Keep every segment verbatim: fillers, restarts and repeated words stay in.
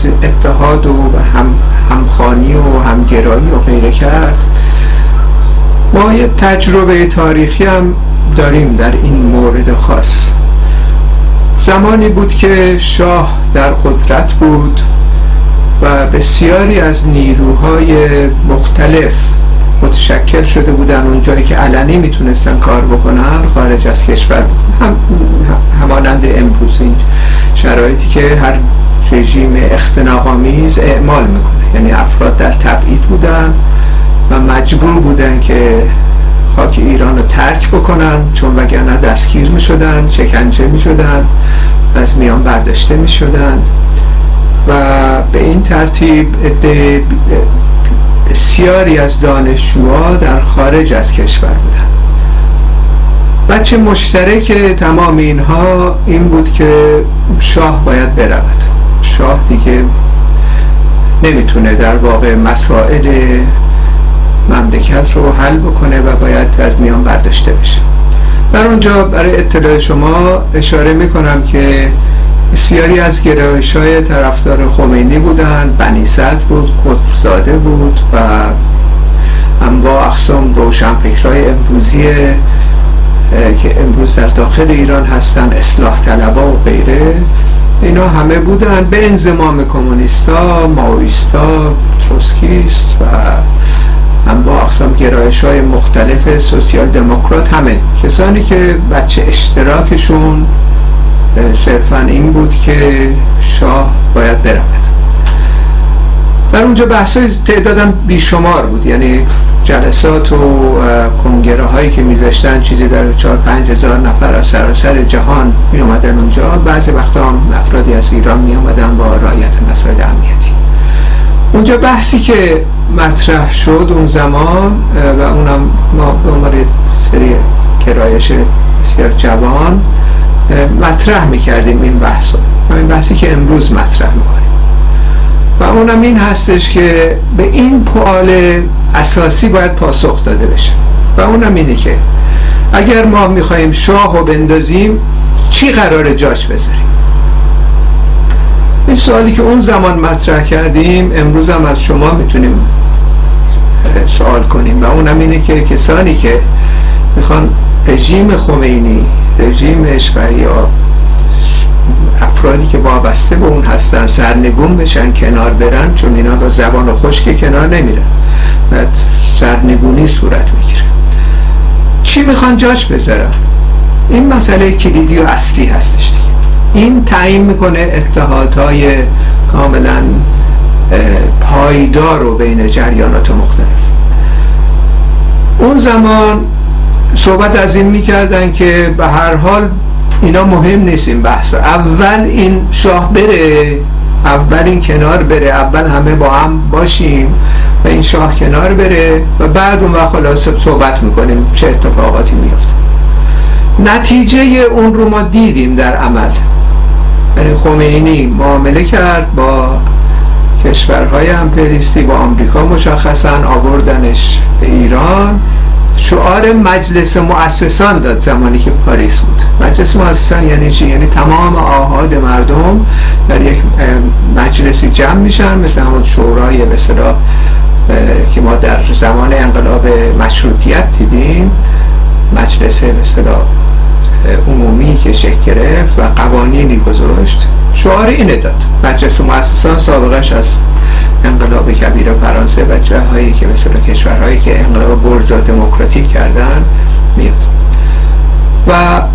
اتحاد و هم همخوانی و همگرایی و غیره کرد. ما یه تجربه تاریخی هم داریم در این مورد خاص. زمانی بود که شاه در قدرت بود و بسیاری از نیروهای مختلف متشکل شده بودن. اون جایی که علنی میتونستن کار بکنن خارج از کشور بود، هم همانند امروز این شرایطی که هر رژیم اختناق‌آمیز اعمال میکنه، یعنی افراد در تبعید بودن و مجبور بودن که خاک ایران رو ترک بکنن، چون وگرنه دستگیر میشدن، شکنجه میشدن، از میان برداشته میشدند و به این ترتیب بسیاری از دانشجوها در خارج از کشور بودن. بچه مشترک تمام اینها این بود که شاه باید برود. شاه دیگه نمیتونه در واقع مسائل مملکت رو حل بکنه و باید از میان برداشته بشه. در اونجا برای اطلاع شما اشاره میکنم که بسیاری از گرایش‌های طرفدار خمینی بودن، بنی صدر بود، قطب‌زاده بود و انواع اقسام روشنفکرای امروزی که امروز در داخل ایران هستن، اصلاح طلبا و غیره، اینا همه بودن به انضمام کمونیستا، مائویستا، تروتسکیست و انواع اقسام گرایش‌های مختلف سوسیال دموکرات، همه کسانی که بچه اشتراکشون صرفاً این بود که شاه باید برود. در اونجا بحثای تعدادم بیشمار بود، یعنی جلسات و کنگره هایی که میذاشتن چیزی در چهار پنج هزار نفر از سراسر جهان می اومدن اونجا. بعضی وقتا هم افرادی از ایران می اومدن با رعایت مسائل امنیتی. اونجا بحثی که مطرح شد اون زمان و اونم ما به عنوان سری گرایش بسیار جوان مطرح میکردیم این بحث رو، این بحثی که امروز مطرح میکنیم و اونم این هستش که به این سوال اساسی باید پاسخ داده بشه و اونم اینه که اگر ما میخواییم شاه رو بندازیم چی قراره جاش بذاریم. این سوالی که اون زمان مطرح کردیم امروز هم از شما میتونیم سوال کنیم و اونم اینه که کسانی که میخوان رژیم خمینی، رژیمش و یا افرادی که وابسته به اون هستن سرنگون بشن، کنار برن، چون اینا با زبان و خشک کنار نمیرن، بعد سرنگونی صورت میگیره. چی میخوان جاش بذارن؟ این مسئله کلیدی و اصلی هستش دیگه. این تعیین میکنه اتحادهای کاملا پایدار رو بین جریانات مختلف. اون زمان صحبت از این میکردن که به هر حال اینا مهم نیست، این بحث اول این شاه بره، اول این کنار بره، اول همه با هم باشیم و این شاه کنار بره و بعد اون وقت خلاص صحبت میکنیم چه اتفاقاتی میفته. نتیجه اون رو ما دیدیم در عمل. یعنی خمینی معامله کرد با کشورهای امپریالیستی، با آمریکا مشخصا، آوردنش به ایران، شعار مجلس مؤسسان داد زمانی که پاریس بود. مجلس مؤسسان یعنی چی؟ یعنی تمام آحاد مردم در یک مجلسی جمع میشن، مثل همون شورای به اصطلاح که ما در زمان انقلاب مشروطیت دیدیم، مجلس به اصطلاح عمومی که شکل گرفت و قوانینی گذاشت. شعار اینه داد. مجلس مؤسسان سابقش از انقلاب کبیر فرانسه و جاهایی که مثلا کشورهایی که انقلاب بورژوا دموکراتیک کردن میاد. و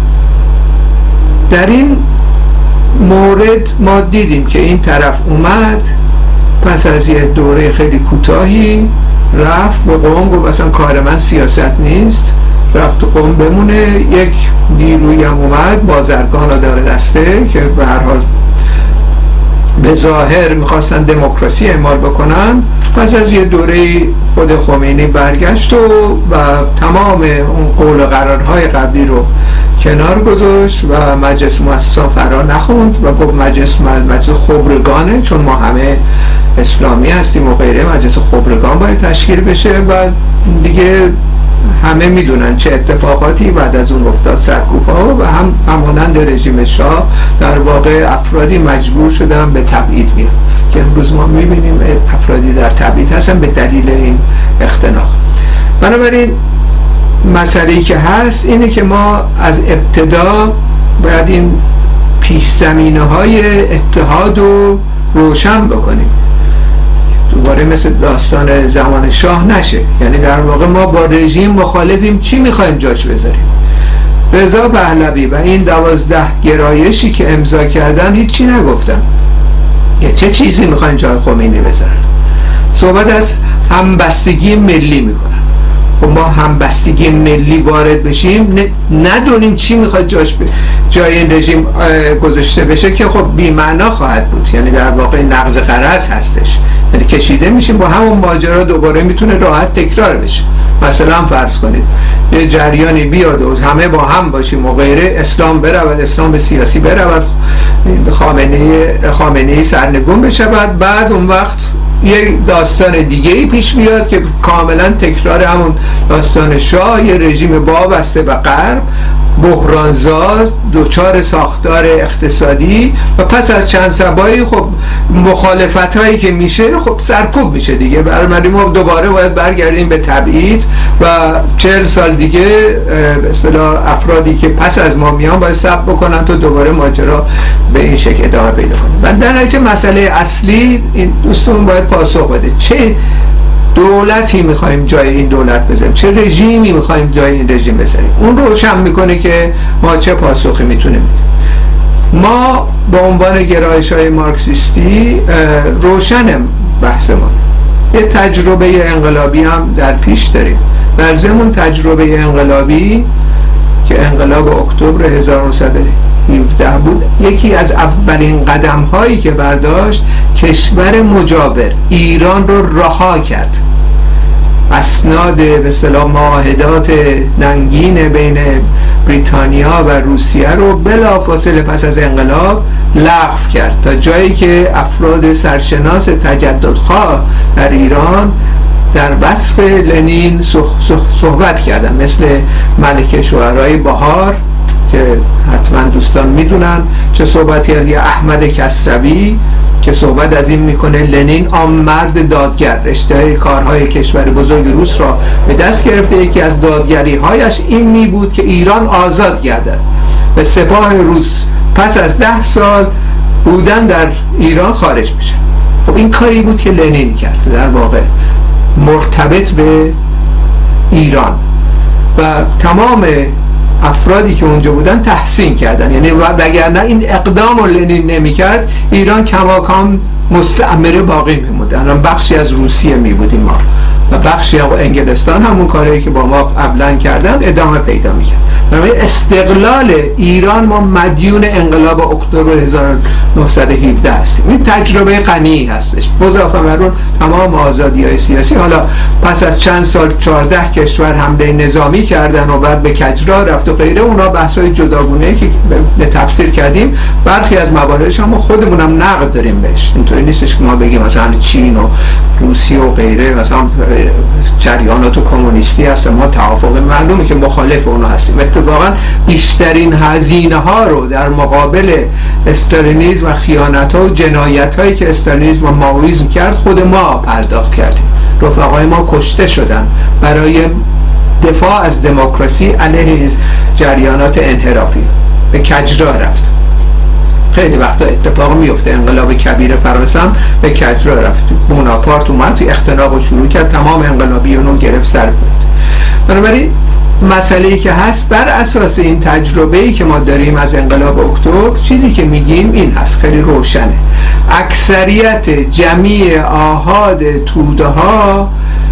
در این مورد ما دیدیم که این طرف اومد، پس از یه دوره خیلی کوتاهی رفت به قم، گفت اصلا کار من سیاست نیست، رفت تو قم بمونه. یک نیروی هم اومد، بازرگان رو داره دسته، که به هر حال به ظاهر میخواستن دموکراسی اعمال بکنن. پس از یه دوره خود خمینی برگشت و, و تمام اون قول و قرارهای قبلی رو کنار گذاشت و مجلس مؤسسان فرا نخوند و گفت مجلس مجلس خبرگانه، چون ما همه اسلامی هستیم و غیره، مجلس خبرگان باید تشکیل بشه و دیگه همه میدونن چه اتفاقاتی بعد از اون افتاد سرکوب‌ها و هم همانند رژیم شاه در واقع افرادی مجبور شدن به تبعید بیان که امروز ما میبینیم افرادی در تبعید هستن به دلیل این اختناق. بنابراین مسئله‌ای که هست اینه که ما از ابتدا باید این پیش زمینه های اتحاد رو روشن بکنیم، دوباره مثل داستان زمان شاه نشه. یعنی در واقع ما با رژیم مخالفیم، چی میخوایم جاش بذاریم؟ رضا پهلوی و این دوازده گرایشی که امضا کردن هیچی نگفتن یه چه چیزی میخواین جای خمینی بذارن. صحبت از همبستگی ملی میکنن. خب ما همبستگی ملی وارد بشیم، ندونیم چی میخواد جاش ب... جای این رژیم گذاشته بشه که خب بی معنا خواهد بود. یعنی در واقع نقض غرض هستش، یعنی کشیده میشیم با همون ماجرا دوباره میتونه راحت تکرار بشه. مثلا فرض کنید یه جریانی بیاد و همه با هم باشیم و غیره، اسلام برود، اسلام سیاسی برود، خامنه‌ای خامنه‌ای سرنگون بشه، بعد بعد اون وقت یه داستان دیگه ای پیش بیاد که کاملا تکرار همون داستان شاه، یه رژیم وابسته به غرب، بحرانزا، دوچار ساختار اقتصادی و پس از چند سبایی خب مخالفت هایی که میشه خب سرکوب میشه دیگه. برای ما دوباره باید برگردیم به تبعید و چهل سال دیگه به اصطلاح افرادی که پس از ما میان باید صبر بکنن تا دوباره ماجرا به این شکل ادامه پیدا کنه. و در نتیجه مسئله اصلی این دوستون باید پاسخ بده، چه دولتی میخوایم جای این دولت بذاریم، چه رژیمی میخوایم جای این رژیم بذاریم. اون روشن میکنه که ما چه پاسخی میتونیم بدیم. ما به عنوان گرایش‌های مارکسیستی روشنم بحثمون، یه تجربه انقلابی هم در پیش داریم. در ضمن تجربه انقلابی که انقلاب اکتبر هزار و نهصد و هفده بود، یکی از اولین قدم هایی که برداشت کشور مجاور ایران رو رها کرد. اسناد به اصطلاح معاهدات ننگین بین بریتانیا و روسیه رو بلافاصله پس از انقلاب لغو کرد، تا جایی که افراد سرشناس تجددخواه در ایران در وصف لنین صحبت کردن، مثل ملکه شعرای بهار که حتما دوستان میدونن چه صحبت کرد، یا احمد کسروی که صحبت از این میکنه لنین آن مرد دادگر، رشته کارهای کشور بزرگ روس را به دست گرفته. یکی از دادگری هایش این می بود که ایران آزاد گردد و سپاه روس پس از ده سال بودن در ایران خارج بشه. خب این کاری بود که لنین کرد، در واقع مرتبط به ایران، و تمام افرادی که اونجا بودن تحسین کردن. یعنی وگرنه این اقدام رو لنین نمی‌کرد، ایران کماکان مستعمره باقی می‌موند. الان بخشی از روسیه می‌بودیم ما و بخشی از انگلستان همون کاری که با ما قبلا کردن ادامه پیدا می‌کرد. برای استقلال ایران ما مدیون انقلاب اکتبر هزار و نهصد و هفده هستیم. این تجربه غنی هستش. اضافه بر اون تمام آزادی‌های سیاسی، حالا پس از چند سال چهارده کشور حمله نظامی کردن و بعد به کجرا رفت و غیره، اونا بحث‌های جداگونه‌ای که به تفسیر کردیم. برخی از مواردش هم خودمون هم نقد داریم بهش. اینطوری نیستش که ما بگیم مثلا چین و روسیه و غیره مثلا جریانات کمونیستی هستن، ما توافق معلومه که مخالف اونا هستیم. اتفاقا بیشترین هزینه ها رو در مقابل استالینیسم و خیانت ها و جنایت هایی که استالینیسم و مائویسم کرد خود ما پرداخت کردیم. رفقای ما کشته شدن برای دفاع از دموکراسی علیه جریانات انحرافی. به کجرا رفت، خیلی وقتا اتفاق میفته. انقلاب کبیر فرانسه هم به کجرا رفت، بوناپارت اومد توی اختناق رو شروع کرد، تمام انقلابیون رو گرفت سر برید. بنابراین مسئله‌ای که هست بر اساس این تجربه‌ای که ما داریم از انقلاب اکتبر، چیزی که میگیم این هست، خیلی روشنه. اکثریت جمعی آحاد توده ها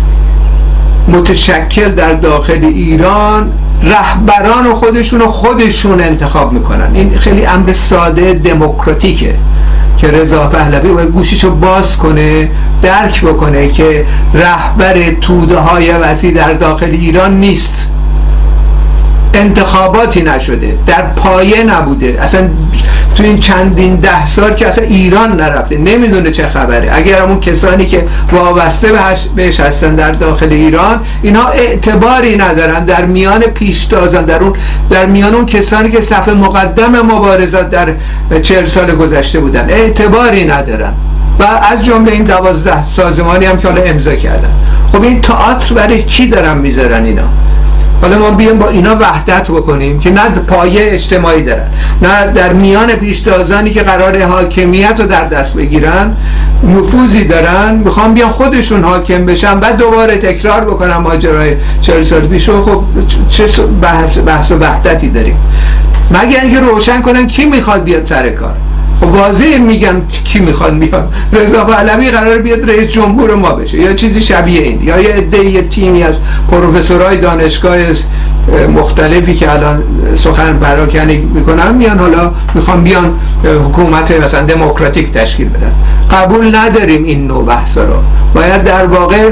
متشکل در داخل ایران رهبران خودشون رو خودشون انتخاب میکنن. این خیلی امر ساده دموکراتیکه که رضا پهلوی باید گوشیشو باز کنه، درک بکنه که رهبر توده های وسیع در داخل ایران نیست، انتخاباتی نشده، در پایه نبوده، اصلا تو تو این چندین ده سال که اصلا ایران نرفته، نمیدونه چه خبره. اگر همون کسانی که وابسته بهش هستن در داخل ایران، اینا اعتباری ندارن در میان پیشتازان، در اون در میان اون کسانی که صف مقدم مبارزات در چهل سال گذشته بودن اعتباری ندارن، و از جمله این دوازده سازمانی هم که حالا امضا کردن. خب این تئاتر برای کی دارن میذارن اینا؟ حالا ما بیایم با اینا وحدت بکنیم که نه پایه اجتماعی دارن، نه در میان پیشتازانی که قرار حاکمیت رو در دست بگیرن نفوذی دارن، میخوام بیان خودشون حاکم بشن، بعد دوباره تکرار بکنن ماجرای چهل سال پیشو. خب چه بحث, بحث و وحدتی داریم؟ مگر اینکه روشن کنن کی میخواد بیاد سر کار. خب واضح میگن کی میخواد بیاد. رضا پهلوی قرار بیاد رئیس جمهور ما بشه یا چیزی شبیه این، یا یه عده یه تیمی از پروفسورهای دانشگاه مختلفی که الان سخن پراکنی میکنن میان حالا میخوان بیان حکومت مثلا دموکراتیک تشکیل بدن. قبول نداریم این نوع بحثا رو. باید در واقع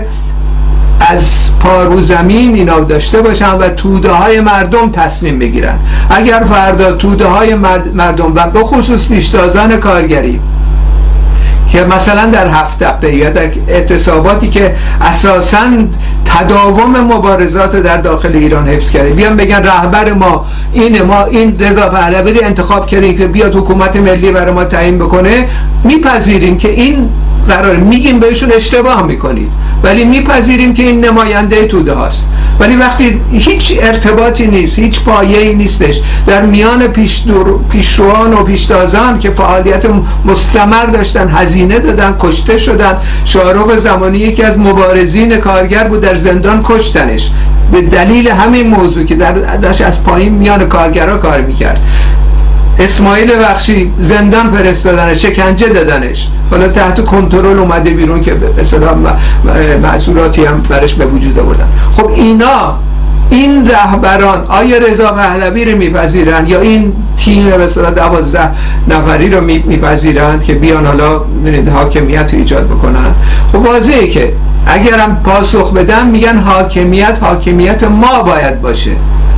از پارو زمین اینا داشته باشن و توده های مردم تصمیم بگیرن. اگر فردا توده های مردم و به خصوص پیشتازان کارگری که مثلا در هفت تپه یا در اعتصاباتی که اساساً تداوم مبارزات در داخل ایران حفظ کرده، بیان بگن رهبر ما اینه، ما این رضا پهلوی رو انتخاب کردیم که بیاد حکومت ملی برای ما تعیین بکنه، میپذیریم که این قرار، میگیم بهشون اشتباه میکنید ولی میپذیریم که این نماینده توده هاست. ولی وقتی هیچ ارتباطی نیست، هیچ پایه‌ای نیستش در میان پیشروان و پیشتازان که فعالیت مستمر داشتن، هزینه دادن، کشته شدن. شاهرخ زمانی یکی از مبارزین کارگر بود، در زندان کشتنش به دلیل همین موضوع که در داشت از پایین میان کارگرها کار میکرد. اسماعیل بخشی زندان فرستادنش، شکنجه دادنش، حالا تحت کنترل اومده بیرون که به اصطلاح معذوراتی هم برش به وجود آوردن. خب اینا، این رهبران آیا رضا پهلوی رو میپذیرن یا این تیم به اصطلاح دوازده نفری رو میپذیرند که بیان حالا ببینید حاکمیت رو ایجاد بکنن؟ خب واضحه که اگرم پاسخ بدن میگن حاکمیت حاکمیت ما باید باشه،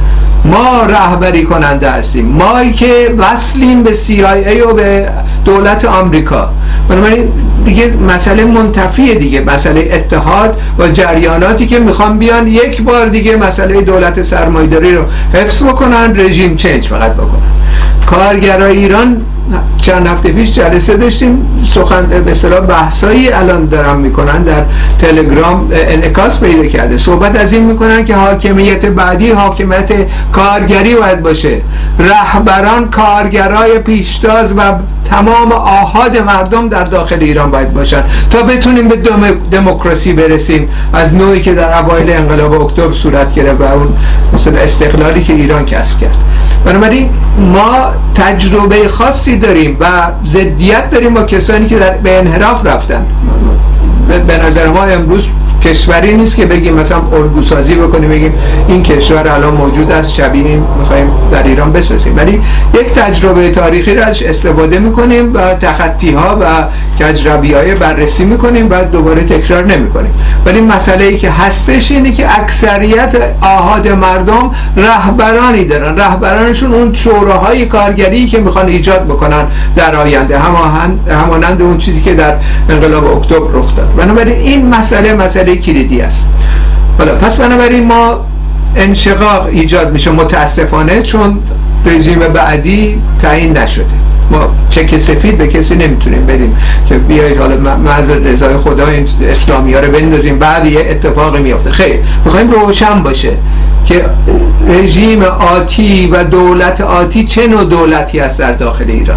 ما رهبری کننده هستیم، مایی که وصلیم به سی آی ای و به دولت آمریکا. بنابراین دیگه مسئله منتفیه دیگه، مسئله اتحاد و جریاناتی که میخوان بیان یک بار دیگه مسئله دولت سرمایه‌داری رو حفظ بکنن، رژیم چنج فقط بکنن. کارگرای ایران چند هفته پیش جلسه داشتیم، سخن به اصطلاح بحثایی الان دارن میکنن در تلگرام، انعکاس پیدا کرده. صحبت از این میکنن که حاکمیت بعدی حاکمیت کارگری باید باشه، رهبران کارگرای پیشتاز و تمام آحاد مردم در داخل ایران باید باشن تا بتونیم به دموکراسی برسیم از نوعی که در اوایل انقلاب اکتبر صورت گرفت و اون مثلا استقلالی که ایران کسب کرد. بنابراین ما تجربه خاصی داریم و ضدیت داریم با کسانی که در به انحراف رفتن. به نظر ما امروز کشوری نیست که بگیم مثلا الگو سازی بکنیم بگیم این کشور الان موجود است شبیه این میخوایم در ایران بسازیم، ولی یک تجربه تاریخی را ازش استفاده میکنیم و تخطی ها و کجروی های بررسی میکنیم و دوباره تکرار نمیکنیم. ولی مسئله ای که هستش اینه که اکثریت آحاد مردم رهبرانی دارن، رهبرانشون اون شوراهای کارگری که میخوان ایجاد بکنن در آینده، همانند اون چیزی که در انقلاب اکتبر رخ داد. بنابراین این مسئله مسئله کلیدی است. حالا پس بنابراین ما انشقاق ایجاد میشه متاسفانه، چون رژیم بعدی تعیین نشده. ما چک سفید به کسی نمیتونیم بدیم که بیایید حالا محض رضای خدا این اسلامی ها رو بندازیم بعد یه اتفاقی میافته. خیر، میخوایم روشن باشه که رژیم آتی و دولت آتی چه نوع دولتی است در داخل ایران.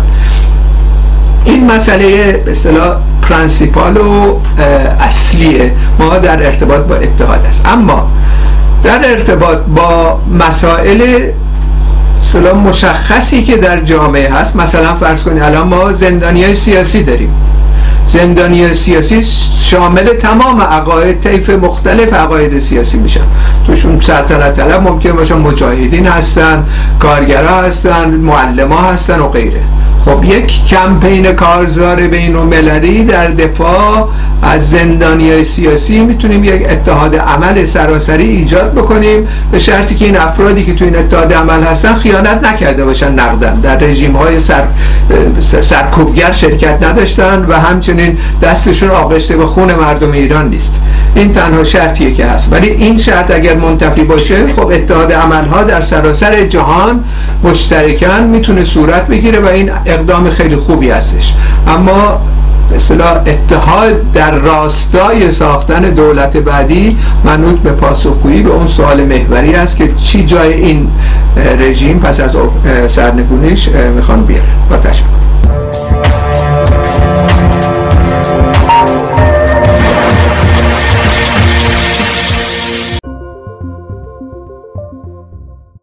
این مسئله به اصطلاح پرنسیپال و اصلیه ما در ارتباط با اتحاد است. اما در ارتباط با مسائل اصطلاح مشخصی که در جامعه هست، مثلا فرض کنید الان ما زندانیای سیاسی داریم. زندانی سیاسی شامل تمام عقاید، طیف مختلف عقاید سیاسی میشن. توشون سلطنت طلب ممکن باشن، مجاهدین هستن، کارگرها هستن، معلما هستن و غیره. خب یک کمپین کارزار بین المللی در دفاع از زندانیای سیاسی میتونیم یک اتحاد عمل سراسری ایجاد بکنیم، به شرطی که این افرادی که تو این اتحاد عمل هستن خیانت نکرده باشن، نقدن در رژیم های سر سرکوبگر شرکت نداشتن و همچنین دستشون آغشته به خون مردم ایران نیست. این تنها شرطیه که هست، ولی این شرط اگر منتفی باشه خب اتحاد عملها در سراسر جهان مشترکاً میتونه صورت بگیره و این اقدام خیلی خوبی هستش. اما به اصطلاح اتحاد در راستای ساختن دولت بعدی منوط به پاسخگویی به اون سوال محوری است که چی جای این رژیم پس از سرنگونیش میخوان بیاره. با تشکر.